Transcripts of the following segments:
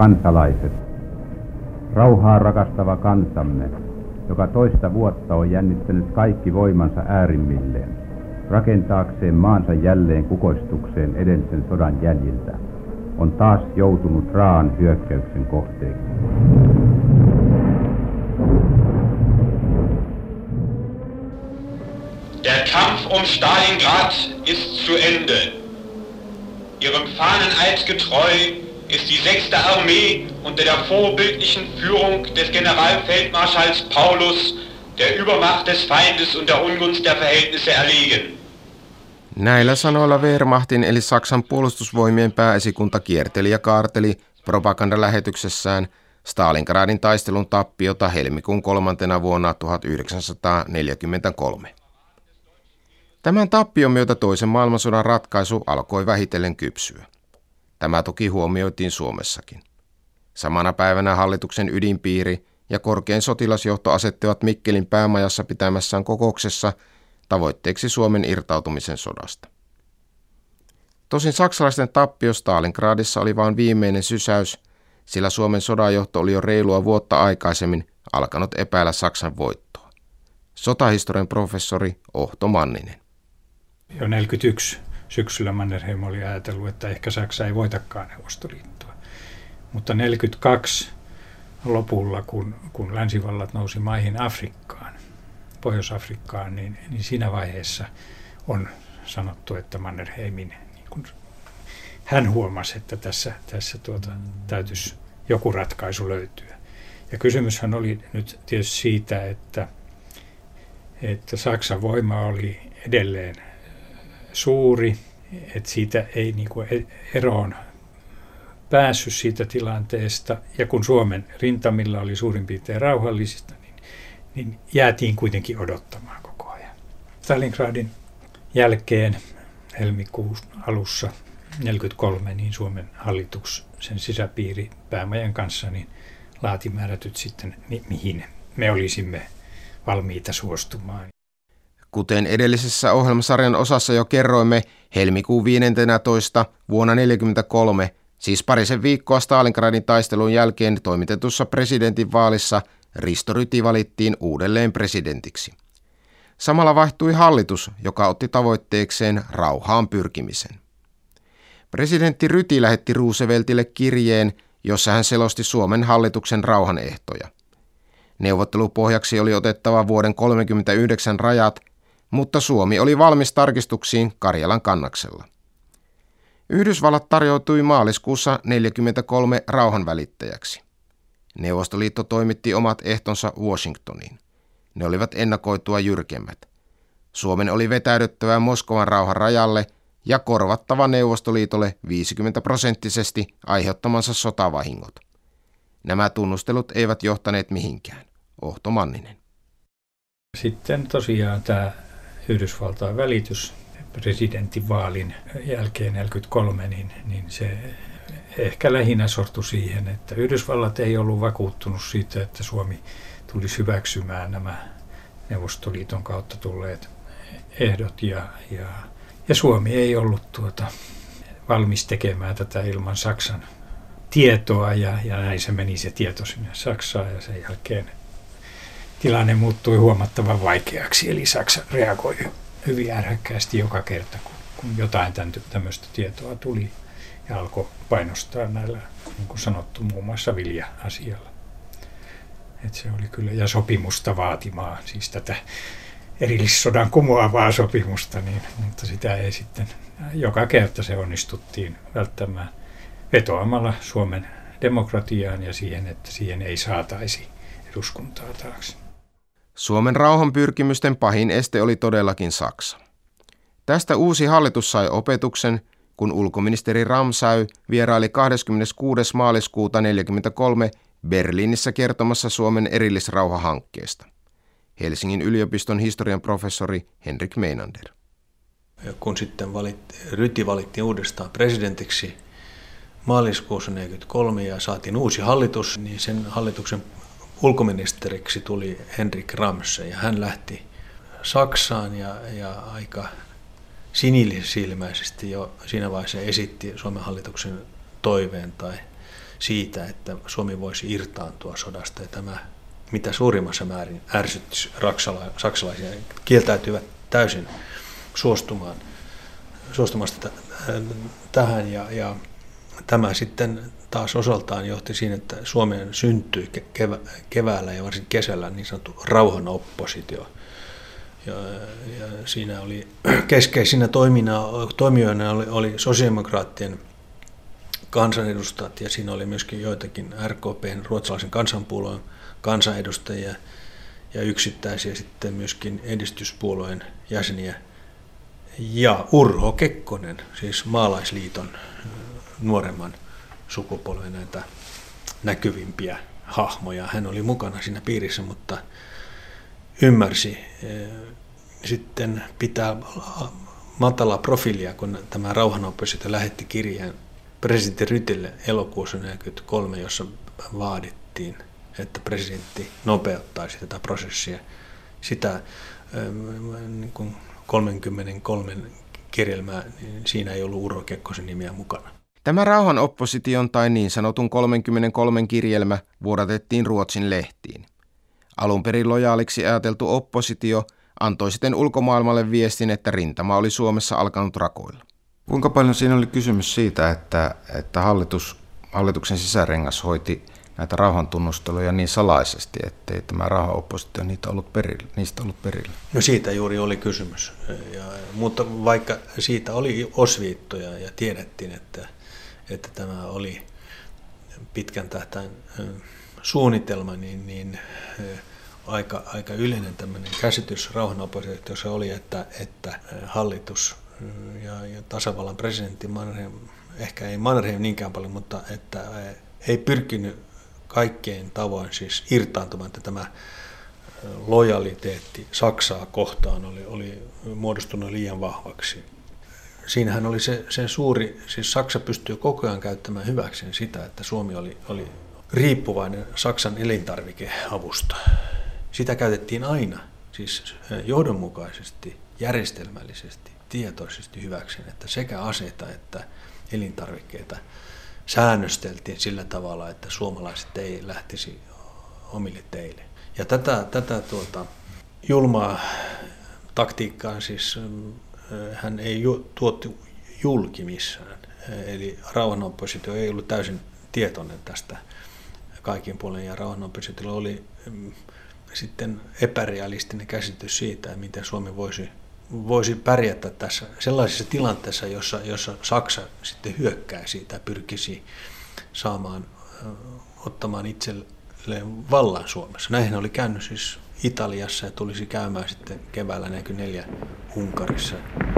Kansalaiset, rauhaa rakastava kansamme, joka toista vuotta on jännittänyt kaikki voimansa äärimmilleen, rakentaakseen maansa jälleen kukoistukseen edellisen sodan jäljiltä, on taas joutunut raaan hyökkäyksen kohteeksi. Der Kampf um Stalingrad ist zu Ende. Ihrem Fahneneid getreu ist die 6. Armee unter der vorbildlichen Führung des Generalfeldmarschalls Paulus der Übermacht des Feindes und der Ungunst der Verhältnisse erlegen. Näillä sanoilla Wehrmachtin eli Saksan puolustusvoimien pääesikunta kierteli ja kaarteli propagandalähetyksessään Stalingradin taistelun tappiota helmikuun 3. vuonna 1943. Tämän tappion myötä toisen maailmansodan ratkaisu alkoi vähitellen kypsyä. Tämä toki huomioitiin Suomessakin. Samana päivänä hallituksen ydinpiiri ja korkein sotilasjohto asettivat Mikkelin päämajassa pitämässään kokouksessa tavoitteeksi Suomen irtautumisen sodasta. Tosin saksalaisten tappio Stalingradissa oli vain viimeinen sysäys, sillä Suomen sodanjohto oli jo reilua vuotta aikaisemmin alkanut epäillä Saksan voittoa. Sotahistorian professori Ohto Manninen. Jo 1941 syksyllä Mannerheim oli ajatellut, että ehkä Saksa ei voitakaan Neuvostoliittoa. Mutta 1942 lopulla, kun länsivallat nousi maihin Afrikkaan, Pohjois-Afrikkaan, niin siinä vaiheessa on sanottu, että Mannerheimin, hän huomasi, että tässä täytyisi joku ratkaisu löytyä. Ja kysymyshän oli nyt tietysti siitä, että Saksan voima oli edelleen suuri, että siitä ei eroon päässyt siitä tilanteesta. Ja kun Suomen rintamilla oli suurin piirtein rauhallisista, niin jäätiin kuitenkin odottamaan koko ajan. Stalingradin jälkeen helmikuun alussa 1943 niin Suomen hallitus, sen sisäpiiri päämajan kanssa, niin laati määrätyt sitten, mihin me olisimme valmiita suostumaan. Kuten edellisessä ohjelmasarjan osassa jo kerroimme, helmikuun 15. vuonna 1943, siis parisen viikkoa Stalingradin taistelun jälkeen toimitetussa presidentinvaalissa, Risto Ryti valittiin uudelleen presidentiksi. Samalla vaihtui hallitus, joka otti tavoitteekseen rauhaan pyrkimisen. Presidentti Ryti lähetti Rooseveltille kirjeen, jossa hän selosti Suomen hallituksen rauhanehtoja. Neuvottelupohjaksi oli otettava vuoden 1939 rajat, mutta Suomi oli valmis tarkistuksiin Karjalan kannaksella. Yhdysvallat tarjoutui maaliskuussa 1943 rauhanvälittäjäksi. Neuvostoliitto toimitti omat ehtonsa Washingtoniin. Ne olivat ennakoitua jyrkemmät. Suomen oli vetäydyttävä Moskovan rauhan rajalle ja korvattava Neuvostoliitolle 50% aiheuttamansa sotavahingot. Nämä tunnustelut eivät johtaneet mihinkään. Ohto Manninen. Sitten tosiaan tämä Yhdysvaltain välitys presidentinvaalin jälkeen 1943, niin se ehkä lähinnä sortui siihen, että Yhdysvallat ei ollut vakuuttunut siitä, että Suomi tulisi hyväksymään nämä Neuvostoliiton kautta tulleet ehdot ja Suomi ei ollut valmis tekemään tätä ilman Saksan tietoa ja näin se meni se tieto sinne Saksaan ja sen jälkeen tilanne muuttui huomattavan vaikeaksi, eli Saksa reagoi hyvin ärhäkkäästi joka kerta, kun jotain tämmöistä tietoa tuli ja alkoi painostaa näillä, niin kuin sanottu, muun muassa vilja-asialla. Et se oli kyllä, ja sopimusta vaatimaan, siis tätä erillissodan kumoavaa sopimusta, mutta sitä ei sitten, joka kerta se onnistuttiin välttämään vetoamalla Suomen demokratiaan ja siihen, että siihen ei saataisi eduskuntaa taakse. Suomen rauhanpyrkimysten pahin este oli todellakin Saksa. Tästä uusi hallitus sai opetuksen, kun ulkoministeri Ramsay vieraili 26. maaliskuuta 1943 Berliinissä kertomassa Suomen erillisrauhahankkeesta. Helsingin yliopiston historian professori Henrik Meinander. Kun sitten Ryti valittiin uudestaan presidentiksi maaliskuussa 1943 ja saatiin uusi hallitus, niin sen hallituksen ulkoministeriksi tuli Henrik Ramsay ja hän lähti Saksaan ja aika sinisilmäisesti jo siinä vaiheessa esitti Suomen hallituksen toiveen tai siitä, että Suomi voisi irtaantua sodasta. Ja tämä mitä suurimmassa määrin ärsytti saksalaisia, kieltäytyivät täysin suostumasta tähän. Ja tämä sitten taas osaltaan johti siihen, että Suomeen syntyi keväällä ja varsin kesällä niin sanottu rauhanoppositio. Ja siinä oli keskeisinä toimijoina oli sosiaalidemokraattien kansanedustajat ja siinä oli myöskin joitakin RKP:n, ruotsalaisen kansanpuolueen kansanedustajia ja yksittäisiä sitten myöskin edistyspuolueen jäseniä. Ja Urho Kekkonen, siis Maalaisliiton nuoremman sukupolven näitä näkyvimpiä hahmoja. Hän oli mukana siinä piirissä, mutta ymmärsi sitten pitää matalaa profiilia, kun tämä rauhanoppositio lähetti kirjeen presidentti Rytille elokuussa 1943, jossa vaadittiin, että presidentti nopeuttaisi tätä prosessia. Sitä niin kuin 33 kirjelmää, niin siinä ei ollut Urho Kekkosen nimeä mukana. Tämä rauhanopposition tai niin sanotun 33 kirjelmä vuodatettiin Ruotsin lehtiin. Alun perin lojaaliksi ajateltu oppositio antoi sitten ulkomaailmalle viestin, että rintama oli Suomessa alkanut rakoilla. Kuinka paljon siinä oli kysymys siitä, että hallituksen sisärengas hoiti näitä rauhantunnusteluja niin salaisesti, ettei tämä rauhanoppositio niistä ollut perillä? No siitä juuri oli kysymys, mutta vaikka siitä oli osviittoja ja tiedettiin, että tämä oli pitkän tähtäin suunnitelma, niin aika yleinen tämmöinen käsitys rauhanoppositiossa oli, että hallitus ja tasavallan presidentti Mannerheim, ehkä ei Mannerheim niinkään paljon, mutta että ei pyrkinyt kaikkein tavoin siis irtaantumaan, että tämä lojaliteetti Saksaa kohtaan oli muodostunut liian vahvaksi. Siinähän oli se suuri, siis Saksa pystyi koko ajan käyttämään hyväkseen sitä, että Suomi oli riippuvainen Saksan elintarvikeavusta. Sitä käytettiin aina, siis johdonmukaisesti, järjestelmällisesti, tietoisesti hyväkseen, että sekä aseita että elintarvikkeita säännösteltiin sillä tavalla, että suomalaiset ei lähtisi omille teille. Ja tätä julmaa taktiikkaa siis hän ei tuotti julki missään. Eli rauhanoppositio ei ollut täysin tietoinen tästä kaikin puolin ja rauhanoppositiolla oli sitten epärealistinen käsitys siitä, miten Suomi voisi pärjätä tässä sellaisessa tilanteessa, jossa Saksa sitten hyökkää siitä, pyrkisi ottamaan itselleen vallan Suomessa. Näinhän oli käynyt siis Italiassa ja tulisi käymään sitten keväällä 1944 Unkarissa.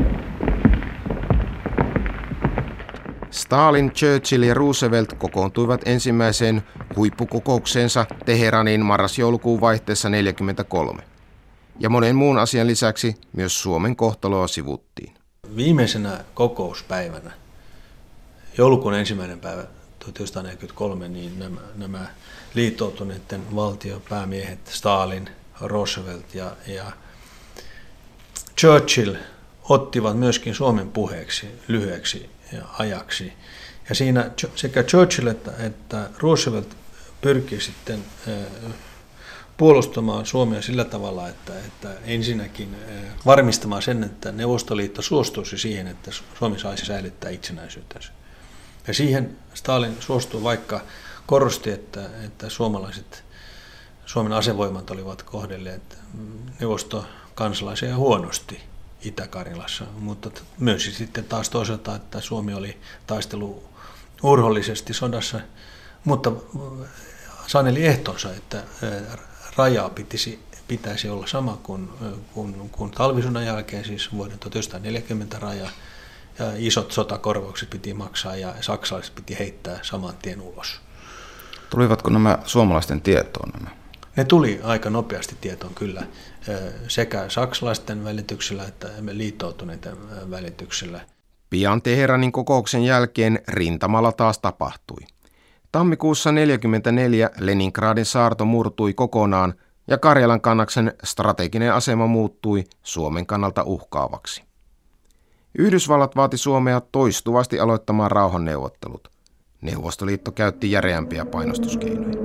Stalin, Churchill ja Roosevelt kokoontuivat ensimmäiseen huippukokoukseensa Teheraniin marras-joulukuun vaihteessa 1943. Ja monen muun asian lisäksi myös Suomen kohtaloa sivuttiin. Viimeisenä kokouspäivänä, joulukuun 1. päivä 1943, niin nämä liittoutuneiden valtiopäämiehet Stalin, Roosevelt ja Churchill ottivat myöskin Suomen puheeksi lyhyeksi ajaksi. Ja siinä sekä Churchill että Roosevelt pyrki sitten puolustamaan Suomea sillä tavalla, että ensinnäkin varmistamaan sen, että Neuvostoliitto suostuisi siihen, että Suomi saisi säilyttää itsenäisyytensä. Ja siihen Stalin suostui, vaikka korosti, että Suomen asevoimat olivat kohdelleet neuvostokansalaisia huonosti Itä-Karjalassa, mutta myös sitten taas toisaalta, että Suomi oli taistelu urhollisesti sodassa, mutta saneli ehtonsa, että raja pitäisi olla sama kuin talvisodan jälkeen, siis vuoden 1940 raja, ja isot sotakorvaukset piti maksaa ja saksalaiset piti heittää saman tien ulos. Tulivatko nämä suomalaisten tietoon nämä? Ne tuli aika nopeasti tietoon kyllä, sekä saksalaisten välityksellä että liittoutuneiden välityksellä. Pian Teheranin kokouksen jälkeen rintamalla taas tapahtui. Tammikuussa 1944 Leningradin saarto murtui kokonaan ja Karjalan kannaksen strateginen asema muuttui Suomen kannalta uhkaavaksi. Yhdysvallat vaati Suomea toistuvasti aloittamaan rauhanneuvottelut. Neuvostoliitto käytti järeämpiä painostuskeinoja.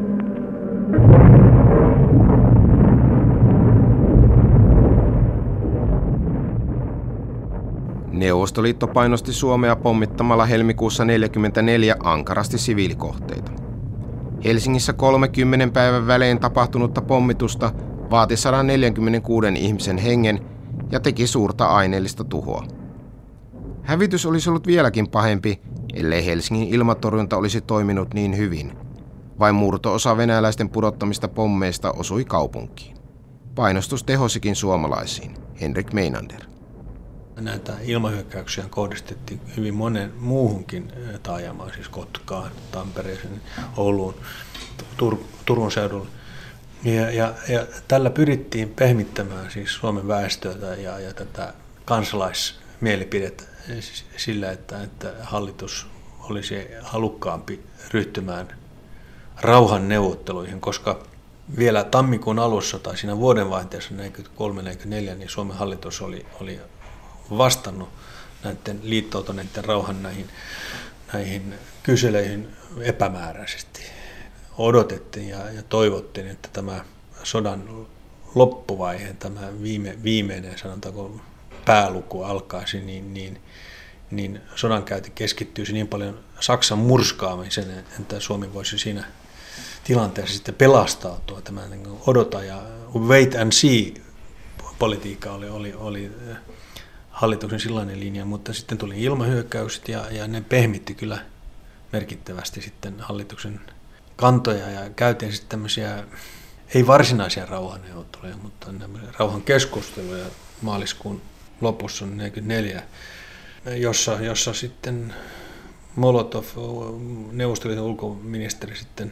Neuvostoliitto painosti Suomea pommittamalla helmikuussa 1944 ankarasti siviilikohteita. Helsingissä 30 päivän välein tapahtunutta pommitusta vaati 146 ihmisen hengen ja teki suurta aineellista tuhoa. Hävitys olisi ollut vieläkin pahempi, ellei Helsingin ilmatorjunta olisi toiminut niin hyvin. Vain murto-osa venäläisten pudottamista pommeista osui kaupunkiin. Painostus tehosikin suomalaisiin. Henrik Meinander. Näitä ilmahyökkäyksiä kohdistettiin hyvin monen muuhunkin taajamaan, siis Kotkaan, Tampereeseen, Ouluun, Turun seudulla. Ja tällä pyrittiin pehmittämään siis Suomen väestöä ja tätä kansalaismielipidettä sillä, että hallitus olisi halukkaampi ryhtymään rauhanneuvotteluihin, koska vielä tammikuun alussa tai siinä vuodenvaihteessa 1943-1944 niin Suomen hallitus oli vastannut näiden liittoutuneiden rauhan näihin kyseleihin epämääräisesti. Odotettiin ja toivottiin, että tämä sodan loppuvaihe, tämä viimeinen sanotaanko pääluku alkaisi, niin sodankäynti keskittyisi niin paljon Saksan murskaamiseen, että Suomi voisi siinä tilanteessa sitten pelastautua. Tämä odota ja wait and see politiikka oli hallituksen sellainen linja, mutta sitten tuli ilmahyökkäykset ja ne pehmitti kyllä merkittävästi sitten hallituksen kantoja ja käytiin sitten tämmöisiä, ei varsinaisia rauhanneuvotteluja, mutta rauhan keskusteluja maaliskuun lopussa 1944, jossa sitten Molotov, Neuvostoliiton ulkoministeri, sitten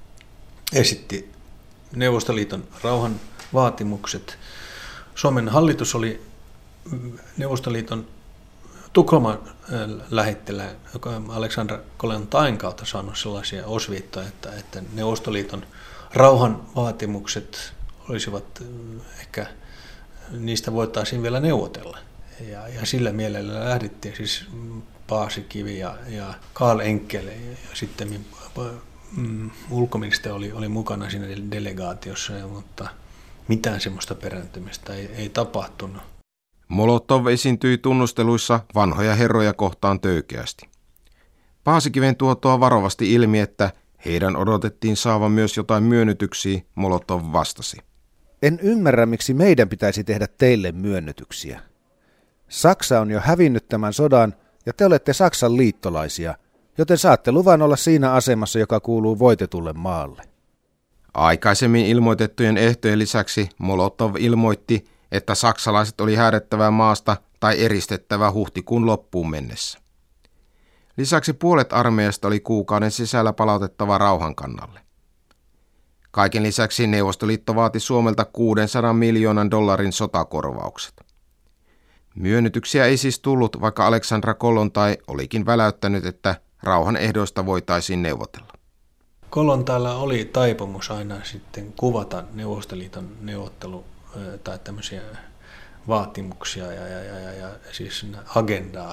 esitti Neuvostoliiton rauhan vaatimukset. Suomen hallitus oli Neuvostoliiton Tukholman lähettilään, joka Aleksandra Kollontain kautta saanut sellaisia osviittoja, että Neuvostoliiton rauhan vaatimukset olisivat ehkä, niistä voitaisiin vielä neuvotella. Ja sillä mielellä lähdettiin siis Paasikivi ja Karl Enkel ja sitten ulkoministeri oli mukana siinä delegaatiossa, mutta mitään semmoista perääntymistä ei tapahtunut. Molotov esiintyi tunnusteluissa vanhoja herroja kohtaan töykeästi. Paasikiven tuotoa varovasti ilmi, että heidän odotettiin saavan myös jotain myönnytyksiä, Molotov vastasi. En ymmärrä, miksi meidän pitäisi tehdä teille myönnytyksiä. Saksa on jo hävinnyt tämän sodan ja te olette Saksan liittolaisia, joten saatte luvan olla siinä asemassa, joka kuuluu voitetulle maalle. Aikaisemmin ilmoitettujen ehtojen lisäksi Molotov ilmoitti, että saksalaiset oli häädettävä maasta tai eristettävä huhtikuun loppuun mennessä. Lisäksi puolet armeijasta oli kuukauden sisällä palautettava rauhan kannalle. Kaiken lisäksi Neuvostoliitto vaati Suomelta $600 miljoonan sotakorvaukset. Myönnytyksiä ei siis tullut, vaikka Aleksandra Kollontai olikin väläyttänyt, että rauhan ehdoista voitaisiin neuvotella. Kollontailla oli taipumus aina sitten kuvata Neuvostoliiton neuvottelu tai tämmöisiä vaatimuksia ja siis agendaa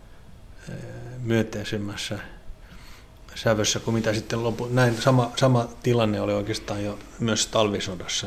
myönteisemmässä sävössä kuin mitä sitten näin sama tilanne oli oikeastaan jo myös talvisodassa.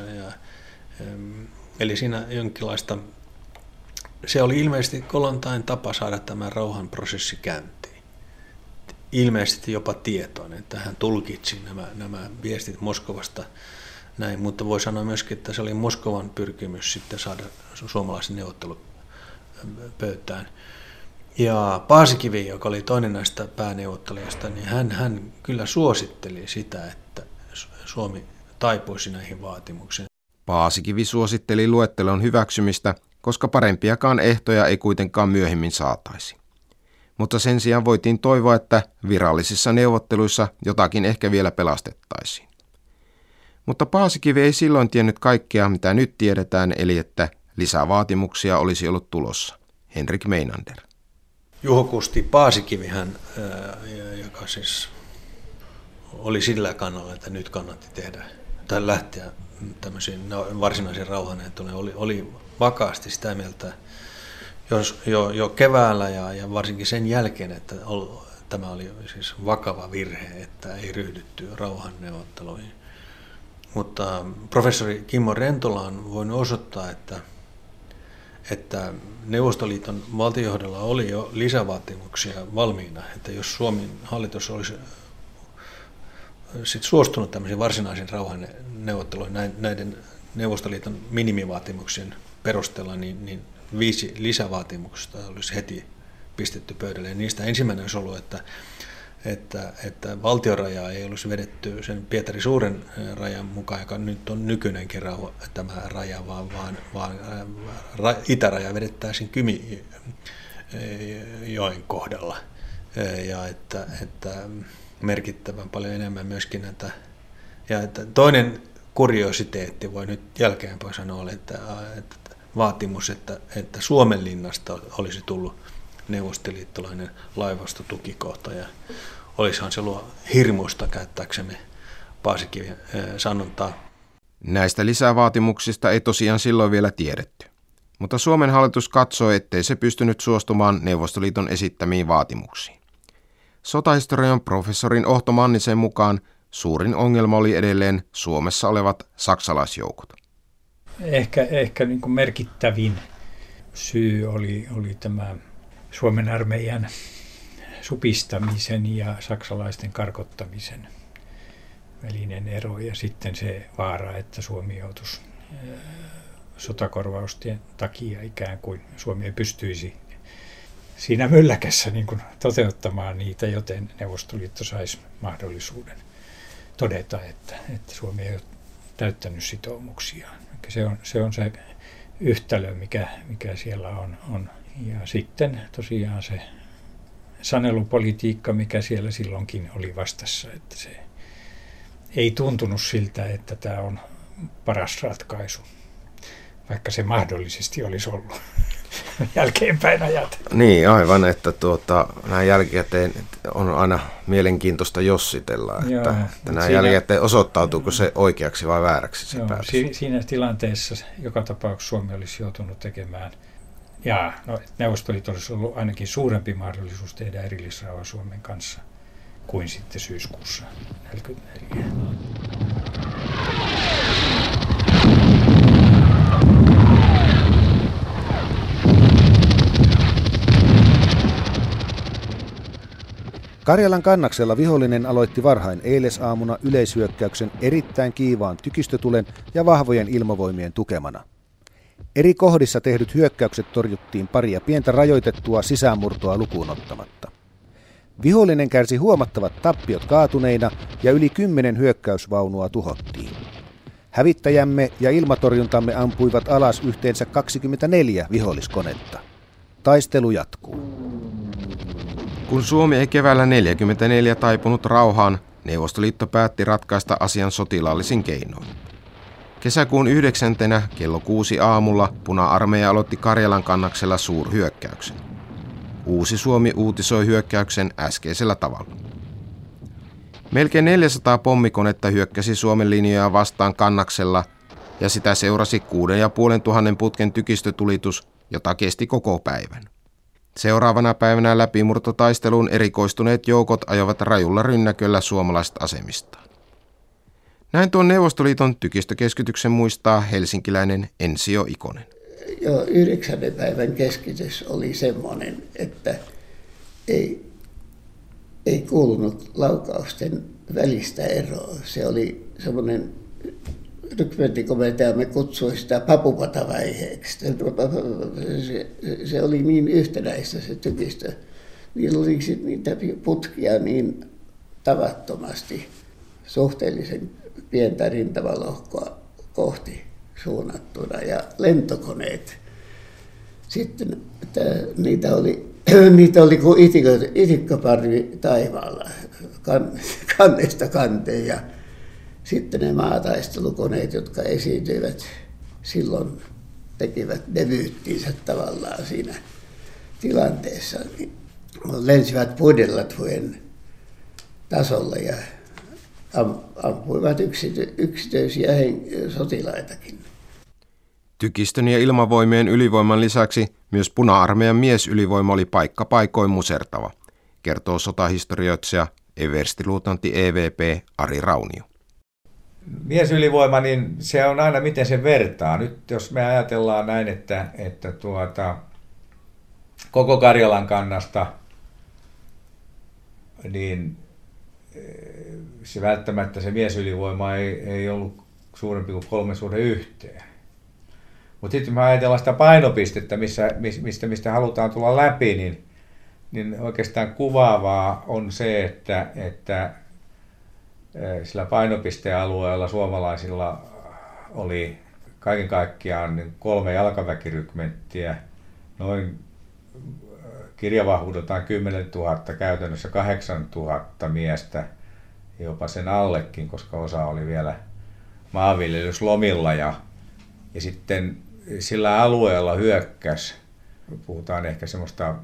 Eli siinä jonkinlaista, se oli ilmeisesti Kollontain tapa saada tämä rauhanprosessi käyntiin. Ilmeisesti jopa tietoinen, että hän tulkitsi nämä viestit Moskovasta näin, mutta voi sanoa myöskin, että se oli Moskovan pyrkimys sitten saada suomalaisen neuvottelut pöytään. Ja Paasikivi, joka oli toinen näistä pääneuvottelijasta, niin hän kyllä suositteli sitä, että Suomi taipuisi näihin vaatimuksiin. Paasikivi suositteli luettelon hyväksymistä, koska parempiakaan ehtoja ei kuitenkaan myöhemmin saataisi. Mutta sen sijaan voitiin toivoa, että virallisissa neuvotteluissa jotakin ehkä vielä pelastettaisiin. Mutta Paasikivi ei silloin tiennyt kaikkea, mitä nyt tiedetään, eli että lisävaatimuksia olisi ollut tulossa. Henrik Meinander. Juho Kusti Paasikivihän, joka siis oli sillä kannalla, että nyt kannatti tehdä tai lähteä tämmöisiin varsinaisiin rauhanneuvotteluihin, oli vakaasti sitä mieltä jo keväällä ja varsinkin sen jälkeen, että tämä oli siis vakava virhe, että ei ryhdytty rauhanneuvotteluihin. Mutta professori Kimmo Rentola on voinut osoittaa, että Neuvostoliiton valtiojohdolla oli jo lisävaatimuksia valmiina, että jos Suomen hallitus olisi sit suostunut tämmöisiin varsinaisiin rauhanneuvotteluihin näiden Neuvostoliiton minimivaatimuksien perusteella, niin 5 lisävaatimuksesta olisi heti pistetty pöydälle. Ja niistä ensimmäinen olisi ollut, että valtionrajaa ei olisi vedetty sen Pietari Suuren rajan mukaan, joka nyt on nykyinenkin tämä raja, vaan itäraja vedettäisiin Kymijoen kohdalla. Ja että merkittävän paljon enemmän myöskin näitä. Ja että toinen kuriositeetti voi nyt jälkeenpäin sanoa, että vaatimus, että Suomenlinnasta olisi tullut neuvostoliittolainen laivastotukikohta, ja olisihan se ollut hirmuista käyttääksemme Paasikiven sanontaa. Näistä lisävaatimuksista ei tosiaan silloin vielä tiedetty, mutta Suomen hallitus katsoi, ettei se pystynyt suostumaan Neuvostoliiton esittämiin vaatimuksiin. Sotahistorian professorin Ohto Mannisen mukaan suurin ongelma oli edelleen Suomessa olevat saksalaisjoukot. Ehkä niin kuin merkittävin syy oli tämä Suomen armeijan supistamisen ja saksalaisten karkottamisen välinen ero ja sitten se vaara, että Suomi joutuisi sotakorvausten takia ikään kuin Suomi ei pystyisi siinä mylläkässä niin kuin toteuttamaan niitä, joten Neuvostoliitto saisi mahdollisuuden todeta, että Suomi ei ole täyttänyt sitoumuksiaan. Se on se yhtälö, mikä siellä on. Ja sitten tosiaan se sanelupolitiikka, mikä siellä silloinkin oli vastassa, että se ei tuntunut siltä, että tämä on paras ratkaisu, vaikka se mahdollisesti olisi ollut jälkeenpäin ajatella. Niin, aivan, että näin jälkikäteen on aina mielenkiintoista jossitella, että näin jälkikäteen osoittautuuko se oikeaksi vai vääräksi se päätös. Siinä tilanteessa joka tapauksessa Suomi olisi joutunut tekemään, Neuvostoliitolla olisi ollut ainakin suurempi mahdollisuus tehdä erillisrauha Suomen kanssa kuin sitten syyskuussa 1944. Karjalan kannaksella vihollinen aloitti varhain eilesaamuna yleishyökkäyksen erittäin kiivaan tykistötulen ja vahvojen ilmavoimien tukemana. Eri kohdissa tehdyt hyökkäykset torjuttiin paria pientä rajoitettua sisäänmurtoa lukuun ottamatta. Vihollinen kärsi huomattavat tappiot kaatuneina ja yli 10 hyökkäysvaunua tuhottiin. Hävittäjämme ja ilmatorjuntamme ampuivat alas yhteensä 24 viholliskonetta. Taistelu jatkuu. Kun Suomi ei keväällä 1944 taipunut rauhaan, Neuvostoliitto päätti ratkaista asian sotilaallisin keinoin. Kesäkuun 9. kello 6 aamulla Puna-armeija aloitti Karjalan kannaksella suurhyökkäyksen. Uusi Suomi uutisoi hyökkäyksen äskeisellä tavalla. Melkein 400 pommikonetta hyökkäsi Suomen linjoja vastaan kannaksella ja sitä seurasi 6500 putken tykistötulitus, jota kesti koko päivän. Seuraavana päivänä läpimurtotaisteluun erikoistuneet joukot ajoivat rajulla rynnäköllä suomalaiset asemistaan. Näin tuon Neuvostoliiton tykistökeskityksen muistaa helsinkiläinen Ensio Ikonen. Jo 9. päivän keskitys oli semmoinen, että ei kuulunut laukausten välistä eroa. Se oli semmoinen, rykmentikomentajamme kutsui sitä papupatavaiheeksi. Se oli niin yhtenäistä se tykistö. Niillä oli niitä putkia niin tavattomasti suhteellisen pientä rintamalohkoa kohti suunnattuna ja lentokoneet. Sitten niitä oli kuin itikkaparvi taivaalla kannesta kanteen ja sitten ne maataistelukoneet, jotka esiintyivät silloin, tekivät debyyttinsä tavallaan siinä tilanteessa, niin lensivät puidelatvujen tasolla ja ampuivat yksityisiä sotilaitakin. Tykistön ja ilmavoimien ylivoiman lisäksi myös Puna-armeijan miesylivoima oli paikka paikoin musertava. kertoo sotahistorioitsija everstiluutnantti EVP Ari Raunio. Miesylivoima, niin se on aina miten se vertaa. Nyt jos me ajatellaan näin, että koko Karjalan kannasta, niin se välttämättä se miesylivoima ei ollut suurempi kuin 3:1. Mutta sitten me ajatellaan sitä painopistettä, mistä halutaan tulla läpi, niin oikeastaan kuvaavaa on se, että sillä painopistealueella suomalaisilla oli kaiken kaikkiaan 3 jalkaväkirykmenttiä, noin kirjavahvuudeltaan 10 000, käytännössä 8 000 miestä, jopa sen allekin, koska osa oli vielä maanviljelyslomilla. Ja sitten sillä alueella hyökkäsi, puhutaan ehkä semmoista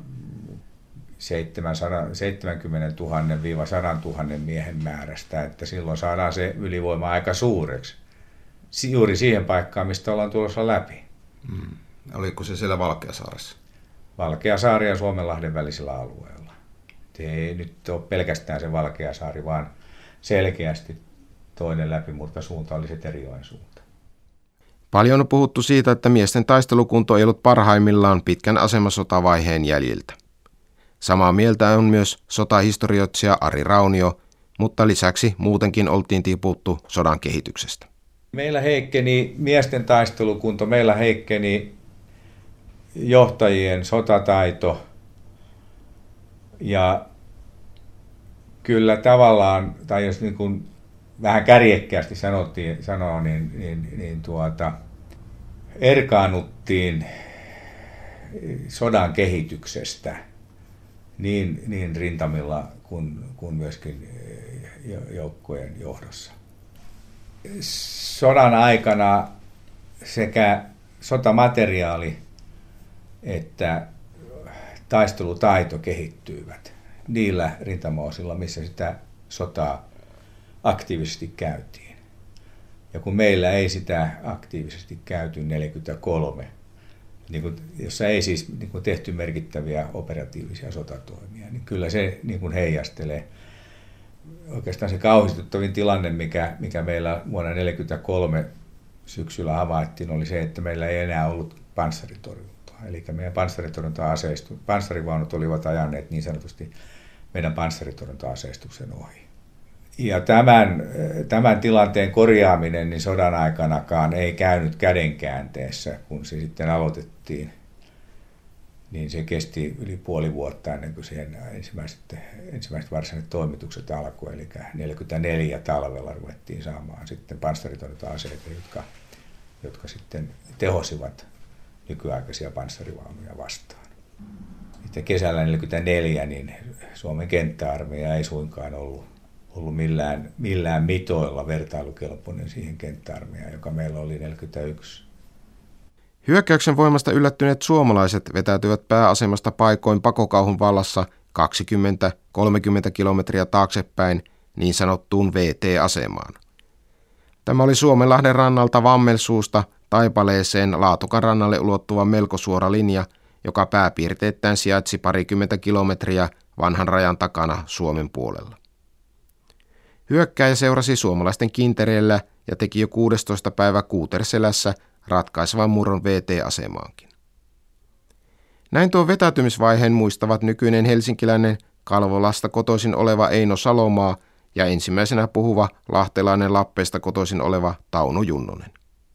70 000 – 100 000 miehen määrästä, että silloin saadaan se ylivoima aika suureksi. Juuri siihen paikkaan, mistä ollaan tulossa läpi. Oliko se siellä Valkeasaaressa? Valkeasaari ja Suomenlahden välisellä alueella. Ei nyt ole pelkästään se Valkeasaari, vaan selkeästi toinen läpimurtosuunta oli se Terijoen suunta. Paljon on puhuttu siitä, että miesten taistelukunto ei ollut parhaimmillaan pitkän asemasotavaiheen jäljiltä. Samaa mieltä on myös sotahistorioitsija Ari Raunio, mutta lisäksi muutenkin oltiin tiputtu sodan kehityksestä. Meillä heikkeni miesten taistelukunto, meillä heikkeni johtajien sotataito ja kyllä tavallaan, tai jos niin kuin vähän kärjekkäästi sanoo, niin erkaannuttiin sodan kehityksestä niin rintamilla kuin myöskin joukkojen johdossa. Sodan aikana sekä sotamateriaali että taistelutaito kehittyivät niillä rintamaosilla, missä sitä sotaa aktiivisesti käytiin. Ja kun meillä ei sitä aktiivisesti käyty 1943, jossa ei siis tehty merkittäviä operatiivisia sotatoimia, niin kyllä se heijastelee. Oikeastaan se kauhistuttavin tilanne, mikä meillä vuonna 1943 syksyllä havaittiin, oli se, että meillä ei enää ollut panssaritorjuntaa. Eli meidän panssarivaunut olivat ajaneet niin sanotusti meidän panssaritorjunta-aseistuksen ohi. Ja tämän tilanteen korjaaminen niin sodan aikanakaan ei käynyt kädenkäänteessä, kun se sitten aloitettiin. Niin se kesti yli puoli vuotta ennen kuin siihen ensimmäiset varsinaiset toimitukset alkoi. Eli 1944 talvella ruvettiin saamaan sitten panssaritorjunta-aseita, jotka sitten tehosivat nykyaikaisia panssarivaunuja vastaan. Sitten kesällä 1944 niin Suomen kenttäarmeija ei suinkaan ollut millään mitoilla vertailukelpoinen siihen kenttäarmeijaan, joka meillä oli 1941. Hyökkäyksen voimasta yllättyneet suomalaiset vetäytyvät pääasemasta paikoin pakokauhun vallassa 20-30 kilometriä taaksepäin niin sanottuun VT-asemaan. Tämä oli Suomenlahden rannalta Vammelsuusta Taipaleeseen Laatokan rannalle ulottuva melko suora linja, joka pääpiirteittäin sijaitsi parikymmentä kilometriä vanhan rajan takana Suomen puolella. Hyökkääjä seurasi suomalaisten kintereillä ja teki jo 16. päivä Kuuterselässä ratkaisevan murron VT-asemaankin. Näin tuon vetäytymisvaiheen muistavat nykyinen helsinkiläinen Kalvolasta kotoisin oleva Eino Salomaa ja ensimmäisenä puhuva lahtelainen Lappeesta kotoisin oleva Tauno Junnonen.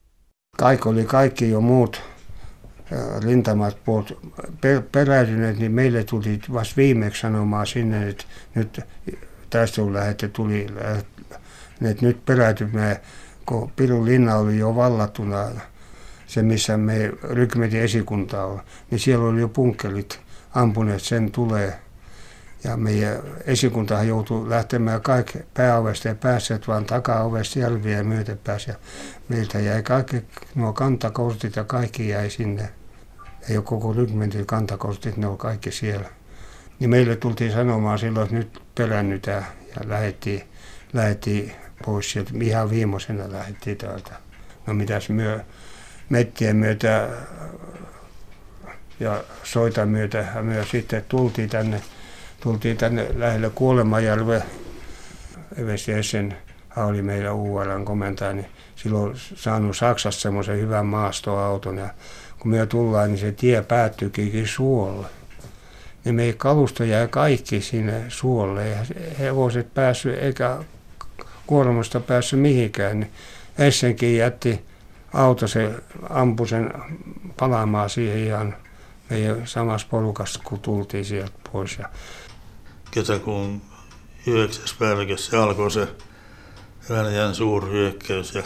Kaikki jo muut rintamat peräytyneet, niin meille tuli vasta viimeksi sanomaan sinne, että nyt taistelulähete tuli, että nyt peräytymään, kun Pirun linna oli jo vallattuna, se missä me rykmentin esikunta on, niin siellä oli jo punkkelit ampuneet, sen tulee. Ja meidän esikuntahan joutui lähtemään kaikki pääovesta ja päässeet vaan takaovesta jälviä ja myöten pääsi. Ja meiltä jäi kaikki nuo kantakortit ja kaikki jäi sinne. Ei ole koko rykmentin kantakortit, ne on kaikki siellä. Niin meille tultiin sanomaan silloin, että nyt perännytään ja lähdettiin pois sieltä. Ihan viimeisenä lähdettiin täältä. No mitäs mettien myötä ja soita myötä ja myös sitten tultiin tänne tultiin tänne lähelle Kuolemajärveä. Evesi Essen oli meillä UR:n komentaja, niin silloin saanut Saksasta semmoisen hyvän maastoauton. Ja kun me tullaan, niin se tie päättyykin suolle. Niin meidän kalusto jäi kaikki sinne suolle ja hevoset päässyt eikä kuormasta päässyt mihinkään. Niin Essenkin jätti auto, se ampui sen palaamaan siihen ihan meidän samassa porukassa, kun tultiin sieltä pois. Kesäkuun 9. päivä, se alkoi se Venäjän suurhyökkäys ja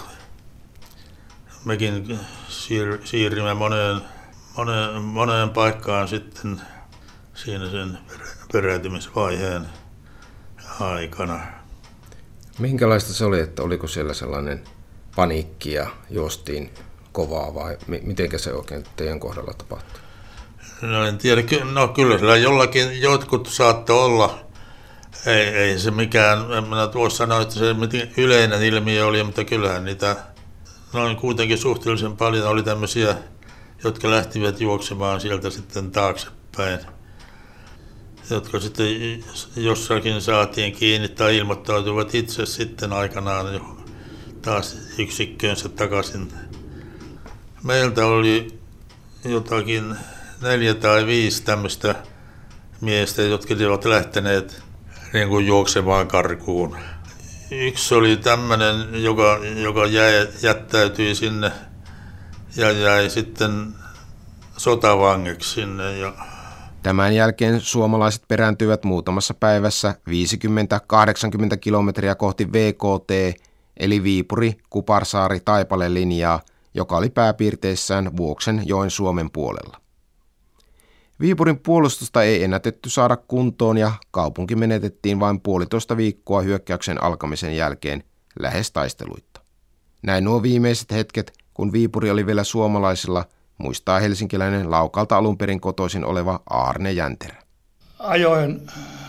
mekin siirrimme moneen paikkaan sitten siinä sen peräytymisvaiheen aikana. Minkälaista se oli, että oliko siellä sellainen paniikki ja juostiin kovaa vai miten se oikein teidän kohdalla tapahtui? No en tiedä, no kyllä sillä jotkut saattoi olla. Ei se mikään, en minä tuossa sanoa, että se yleinen ilmiö oli, mutta kyllähän niitä noin kuitenkin suhteellisen paljon oli tämmöisiä, jotka lähtivät juoksemaan sieltä sitten taaksepäin, jotka sitten jossakin saatiin kiinni tai ilmoittautuivat itse sitten aikanaan jo taas yksikköönsä takaisin. Meiltä oli jotakin 4 tai 5 tämmöistä miestä, jotka olivat lähteneet niin kuin juoksemaan karkuun. Yksi oli tämmöinen, joka jättäytyi sinne ja jäi sitten sotavangeksi sinne. Tämän jälkeen suomalaiset perääntyivät muutamassa päivässä 50-80 kilometriä kohti VKT, eli Viipuri-Kuparsaari-Taipale-linjaa, joka oli pääpiirteissään Vuoksen joen Suomen puolella. Viipurin puolustusta ei ennätetty saada kuntoon ja kaupunki menetettiin vain 1,5 viikkoa hyökkäyksen alkamisen jälkeen lähes taisteluitta. Näin nuo viimeiset hetket, kun Viipuri oli vielä suomalaisilla, muistaa helsinkiläinen Laukalta alun perin kotoisin oleva Aarne Jänterä. Ajoin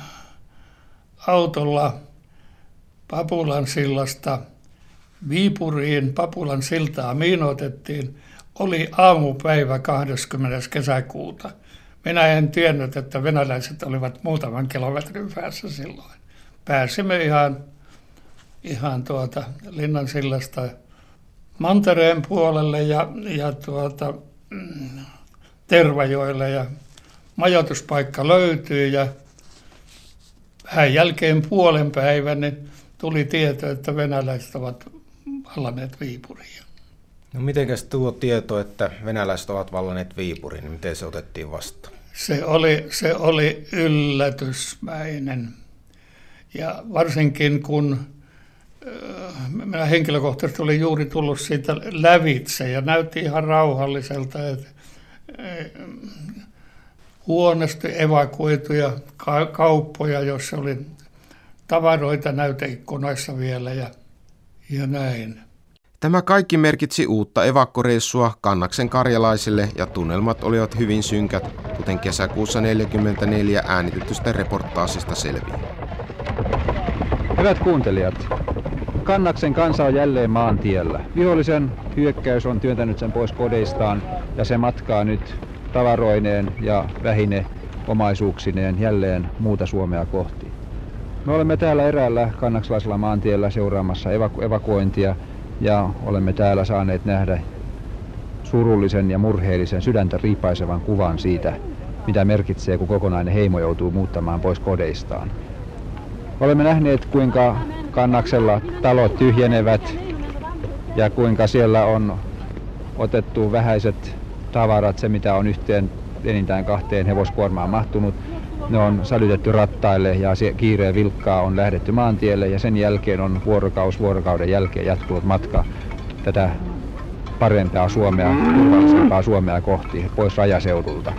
autolla Papulan sillasta Viipuriin. Papulan siltaa miinoitettiin. Oli aamupäivä 20. kesäkuuta. Minä en tiennyt, että venäläiset olivat muutaman kilometrin päässä silloin. Pääsimme ihan Linnansillasta Mantereen puolelle ja Tervajoelle ja majoituspaikka löytyi ja vähän jälkeen puolen päivän niin tuli tieto, että venäläiset ovat vallanneet Viipuria. No mitenkäs tuo tieto, että venäläiset ovat vallanneet Viipurin, niin miten se otettiin vastaan? Se oli yllätysmäinen. Ja varsinkin kun minä henkilökohtaisesti olin juuri tullut siitä lävitse ja näytti ihan rauhalliselta, että huonosti evakuoituja kauppoja, joissa oli tavaroita näyteikkunoissa vielä ja näin. Tämä kaikki merkitsi uutta evakkoreissua Kannaksen karjalaisille ja tunnelmat olivat hyvin synkät, kuten kesäkuussa 1944 äänitetystä reportaasista selviää. Hyvät kuuntelijat, Kannaksen kansa on jälleen maantiellä. Vihollisen hyökkäys on työntänyt sen pois kodeistaan ja se matkaa nyt tavaroineen ja vähine omaisuuksineen jälleen muuta Suomea kohti. Me olemme täällä eräällä kannakslaisella maantiellä seuraamassa evakuointia ja olemme täällä saaneet nähdä surullisen ja murheellisen sydäntä riipaisevan kuvan siitä, mitä merkitsee, kun kokonainen heimo joutuu muuttamaan pois kodeistaan. Olemme nähneet, kuinka Kannaksella talot tyhjenevät ja kuinka siellä on otettu vähäiset tavarat, se mitä on enintään 2 hevoskuormaan mahtunut. Ne on sälytetty rattaille ja kiireen vilkkaa on lähdetty maantielle ja sen jälkeen on vuorokauden jälkeen jatkunut matka tätä parempaa Suomea, turvallisempaa Suomea kohti, pois rajaseudulta.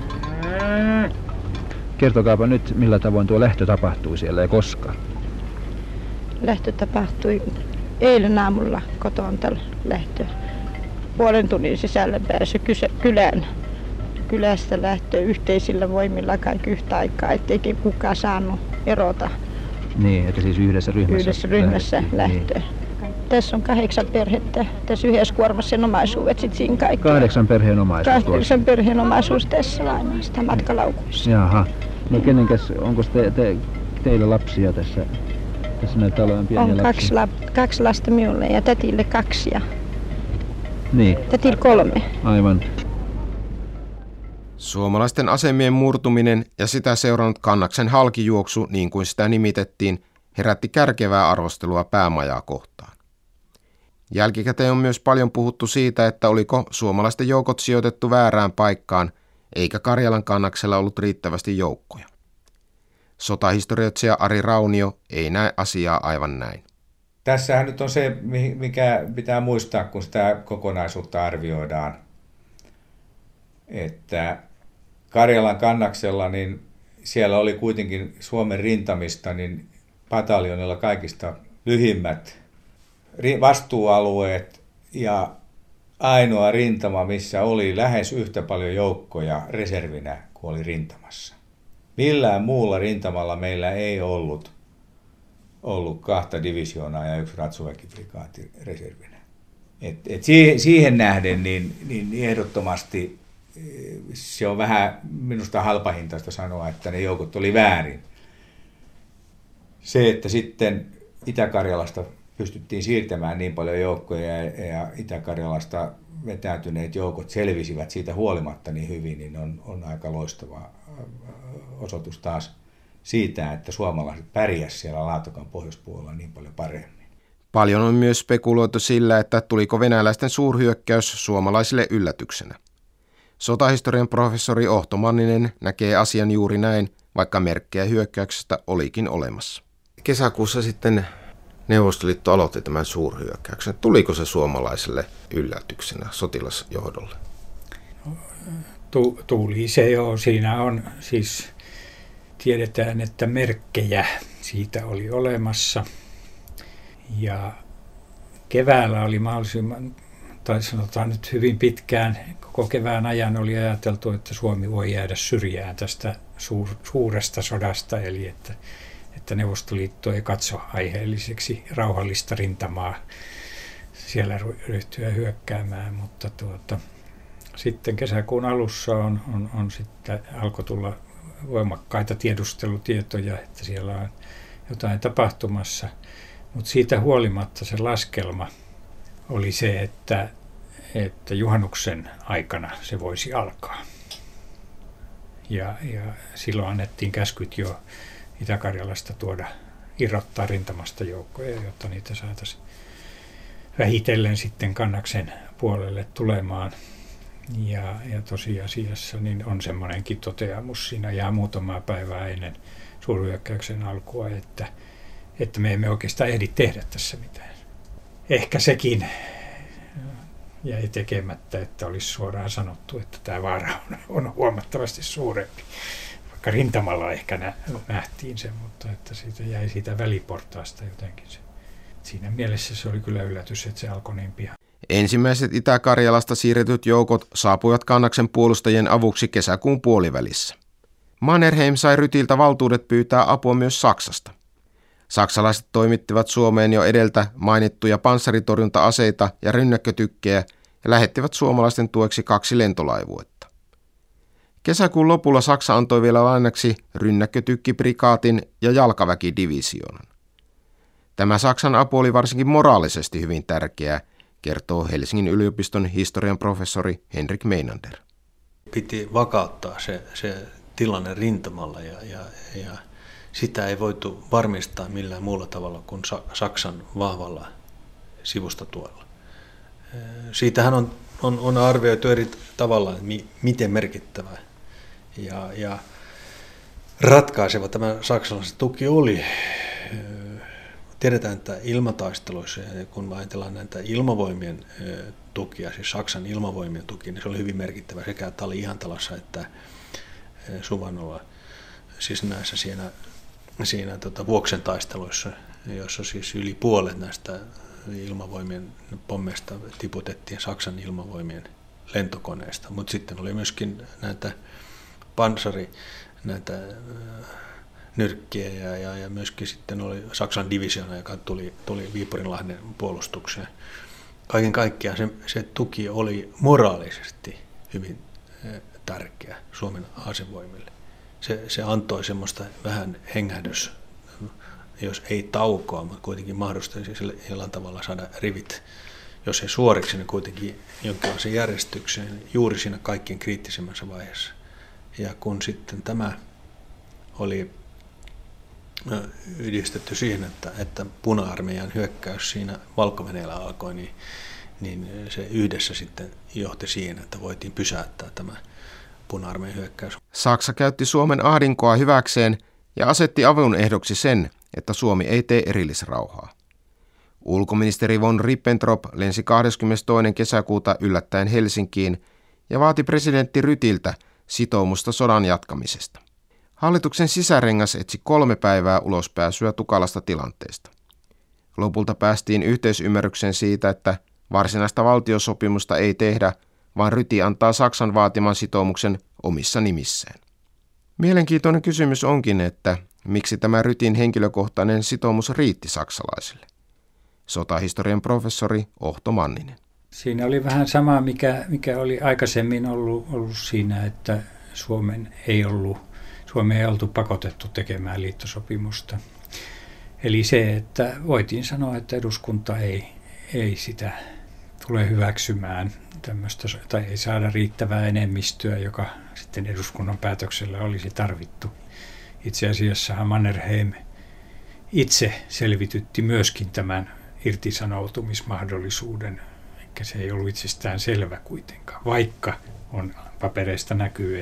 Kertokaapa nyt, millä tavoin tuo lähtö tapahtui siellä ja koska? Lähtö tapahtui eilen aamulla kotoon lähtö. 0,5 tunnin sisällä pääsi kylään. Kylästä lähtö yhteisillä voimilla kaikki yhtä aikaa, ettei kukaan saanut erota. Niin, että siis yhdessä ryhmässä lähtö. Niin. Tässä on 8 perhettä. Tässä yhdessä kuormassa sen omaisuudet sitten siinä kaikki. 8 perheen omaisuus? 8 perheen omaisuus tässä lainaa sitä matkalaukuissa. Jaha. No onko teillä lapsia tässä näitä talojen pieniä on lapsia? kaksi lasta minulle ja tätille 2 ja niin. tätille 3. Aivan. Suomalaisten asemien murtuminen ja sitä seurannut Kannaksen halkijuoksu, niin kuin sitä nimitettiin, herätti kärkevää arvostelua päämajaa kohtaan. Jälkikäteen on myös paljon puhuttu siitä, että oliko suomalaisten joukot sijoitettu väärään paikkaan, eikä Karjalan Kannaksella ollut riittävästi joukkoja. Sotahistorioitsija Ari Raunio ei näe asiaa aivan näin. Tässähän nyt on se, mikä pitää muistaa, kun sitä kokonaisuutta arvioidaan, että Karjalan Kannaksella, niin siellä oli kuitenkin Suomen rintamista niin pataljonilla kaikista lyhimmät vastuualueet ja ainoa rintama, missä oli lähes yhtä paljon joukkoja reservinä kuin oli rintamassa. Millään muulla rintamalla meillä ei ollut 2 divisioonaa ja 1 ratsuväkiprikaati reservinä. Siihen nähden niin ehdottomasti se on vähän minusta halpahintaista sanoa, että ne joukot oli väärin. Se, että sitten Itä-Karjalasta pystyttiin siirtämään niin paljon joukkoja ja Itä-Karjalasta vetäytyneet joukot selvisivät siitä huolimatta niin hyvin, niin on aika loistava osoitus taas siitä, että suomalaiset pärjäsivät siellä Laatokan pohjoispuolella niin paljon paremmin. Paljon on myös spekuloitu sillä, että tuliko venäläisten suurhyökkäys suomalaisille yllätyksenä. Sotahistorian professori Ohto Manninen näkee asian juuri näin, vaikka merkkejä hyökkäyksestä olikin olemassa. Kesäkuussa sitten Neuvostoliitto aloitti tämän suurhyökkäyksen. Tuliko se suomalaiselle yllätyksenä sotilasjohdolle? Tuli se jo. Siinä on siis, tiedetään, että merkkejä siitä oli olemassa. Ja keväällä oli mahdollisimman, tai sanotaan nyt hyvin pitkään, koko kevään ajan oli ajateltu, että Suomi voi jäädä syrjään tästä suuresta sodasta, eli että Neuvostoliitto ei katso aiheelliseksi rauhallista rintamaa siellä ryhtyä hyökkäämään, mutta sitten kesäkuun alussa on sitten alkoi tulla voimakkaita tiedustelutietoja, että siellä on jotain tapahtumassa, mutta siitä huolimatta se laskelma oli se, että juhannuksen aikana se voisi alkaa. Ja silloin annettiin käskyt jo Itä-Karjalasta irrottaa rintamasta joukkoja, jotta niitä saataisiin vähitellen sitten Kannaksen puolelle tulemaan. Ja tosiasiassa niin on semmoinenkin toteamus siinä ihan muutamaa päivää ennen suurhyökkäyksen alkua, että me emme oikeastaan ehdi tehdä tässä mitään. Ehkä sekin jäi tekemättä, että olisi suoraan sanottu, että tämä vaara on huomattavasti suurempi. Vaikka rintamalla ehkä nähtiin se, mutta että siitä jäi siitä väliportaasta jotenkin se. Siinä mielessä se oli kyllä yllätys, että se alkoi niin pian. Ensimmäiset Itä-Karjalasta siirretyt joukot saapuivat Kannaksen puolustajien avuksi kesäkuun puolivälissä. Mannerheim sai Rytiltä valtuudet pyytää apua myös Saksasta. Saksalaiset toimittivat Suomeen jo edeltä mainittuja panssaritorjunta-aseita ja rynnäkkötykkejä ja lähettivät suomalaisten tueksi 2 lentolaivuetta. Kesäkuun lopulla Saksa antoi vielä lainaksi rynnäkkötykkiprikaatin ja jalkaväkidivisioonan. Tämä Saksan apu oli varsinkin moraalisesti hyvin tärkeää, kertoo Helsingin yliopiston historian professori Henrik Meinander. Piti vakauttaa se tilanne rintamalla ja sitä ei voitu varmistaa millään muulla tavalla kuin Saksan vahvalla sivustatuella. Siitähän on arvioitu eri tavalla, miten merkittävä ja ratkaiseva tämä saksalaisen tuki oli. Tiedetään, että ilmataisteluissa, kun ajatellaan näitä ilmavoimien tukia, siis Saksan ilmavoimien tuki, niin se oli hyvin merkittävä sekä Tali-Ihantalassa että Suvanolla, siis näissä siinä Vuoksen taisteluissa, jossa siis yli puolet näistä ilmavoimien pommeista tiputettiin Saksan ilmavoimien lentokoneista, mutta sitten oli myöskin näitä näitä nyrkkiä ja myöskin sitten oli Saksan divisioona, joka tuli Viipurinlahden puolustukseen. Kaiken kaikkiaan se tuki oli moraalisesti hyvin tärkeä Suomen asevoimille. se antoi semmoista vähän hengähdys, jos ei taukoa, mutta kuitenkin mahdollistaisi sille jollain tavalla saada rivit, jos ei suoriksi, niin kuitenkin jonkinlaisen järjestyksen juuri siinä kaikkien kriittisimmässä vaiheessa. Ja kun sitten tämä oli yhdistetty siihen, että puna-armeijan hyökkäys siinä Valko-Venäjällä alkoi, niin se yhdessä sitten johti siihen, että voitiin pysäyttää tämä puna-armeijan hyökkäys. Saksa käytti Suomen ahdinkoa hyväkseen ja asetti avun ehdoksi sen, että Suomi ei tee erillisrauhaa. Ulkoministeri von Ribbentrop lensi 22. kesäkuuta yllättäen Helsinkiin ja vaati presidentti Rytiltä sitoumusta sodan jatkamisesta. Hallituksen sisärengas etsi 3 päivää ulospääsyä tukalasta tilanteesta. Lopulta päästiin yhteisymmärrykseen siitä, että varsinaista valtiosopimusta ei tehdä, vaan Ryti antaa Saksan vaatiman sitoumuksen omissa nimissään. Mielenkiintoinen kysymys onkin, että miksi tämä Rytin henkilökohtainen sitoumus riitti saksalaisille. Sotahistorian professori Ohto Manninen. Siinä oli vähän sama, mikä oli aikaisemmin ollut siinä, että Suomi ei oltu pakotettu tekemään liittosopimusta. Eli se, että voitiin sanoa, että eduskunta ei sitä tule hyväksymään tämmöistä, tai ei saada riittävää enemmistöä, joka sitten eduskunnan päätöksellä olisi tarvittu. Itse asiassa Mannerheim itse selvitytti myöskin tämän irtisanoutumismahdollisuuden, eikä se ei ollut itsestään selvä kuitenkaan, vaikka papereista näkyy,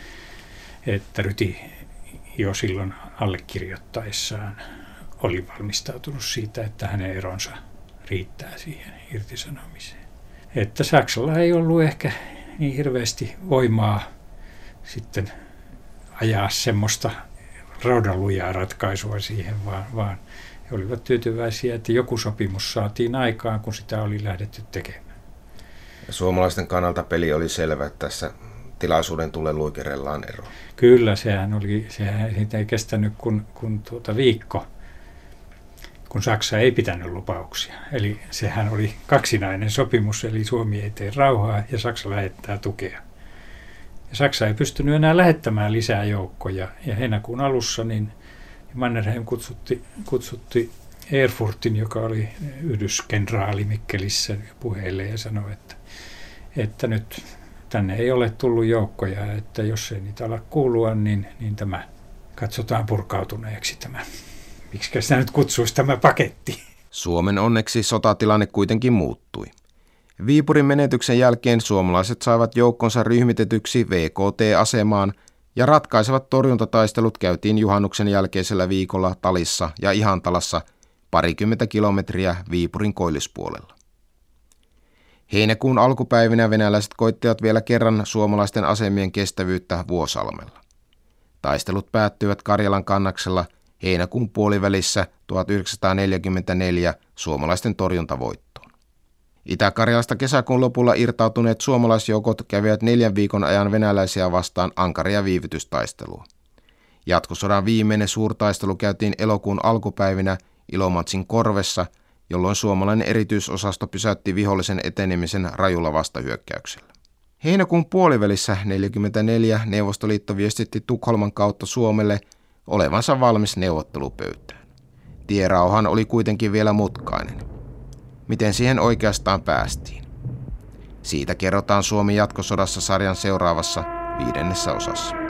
että Ryti jo silloin allekirjoittaessaan oli valmistautunut siitä, että hänen eronsa riittää siihen irtisanomiseen. Että Saksalla ei ollut ehkä niin hirveästi voimaa sitten ajaa semmoista raudanlujaa ratkaisua siihen, vaan he olivat tyytyväisiä, että joku sopimus saatiin aikaan, kun sitä oli lähdetty tekemään. Ja suomalaisten kannalta peli oli selvä, että tässä tilaisuuden tulee luikerellaan ero. Kyllä, sehän siitä ei kestänyt kuin viikko, kun Saksa ei pitänyt lupauksia. Eli sehän oli kaksinainen sopimus, eli Suomi ei tee rauhaa ja Saksa lähettää tukea. Ja Saksa ei pystynyt enää lähettämään lisää joukkoja, ja heinäkuun alussa niin Mannerheim kutsutti Erfurtin, joka oli yhdyskenraali Mikkelissä, puheille ja sanoi, että nyt tänne ei ole tullut joukkoja, että jos ei niitä ala kuulua, niin tämä katsotaan purkautuneeksi tämä. Miksikä sitä nyt kutsuisi tämä paketti? Suomen onneksi sotatilanne kuitenkin muuttui. Viipurin menetyksen jälkeen suomalaiset saivat joukkonsa ryhmitetyksi VKT-asemaan ja ratkaisevat torjuntataistelut käytiin juhannuksen jälkeisellä viikolla Talissa ja Ihantalassa 20 kilometriä Viipurin koillispuolella. Heinäkuun alkupäivinä venäläiset koittivat vielä kerran suomalaisten asemien kestävyyttä Vuosalmella. Taistelut päättyivät Karjalan kannaksella heinäkuun puolivälissä 1944 suomalaisten torjuntavoittoon. Itä-Karjalasta kesäkuun lopulla irtautuneet suomalaisjoukot kävivät 4 viikon ajan venäläisiä vastaan ankaria viivytystaistelua. Jatkosodan viimeinen suurtaistelu käytiin elokuun alkupäivinä Ilomantsin korvessa, jolloin suomalainen erityisosasto pysäytti vihollisen etenemisen rajulla vastahyökkäyksellä. Heinäkuun puolivälissä 1944 Neuvostoliitto viestitti Tukholman kautta Suomelle olevansa valmis neuvottelupöytään. Tierauhan oli kuitenkin vielä mutkainen. Miten siihen oikeastaan päästiin? Siitä kerrotaan Suomi jatkosodassa -sarjan seuraavassa 5. osassa.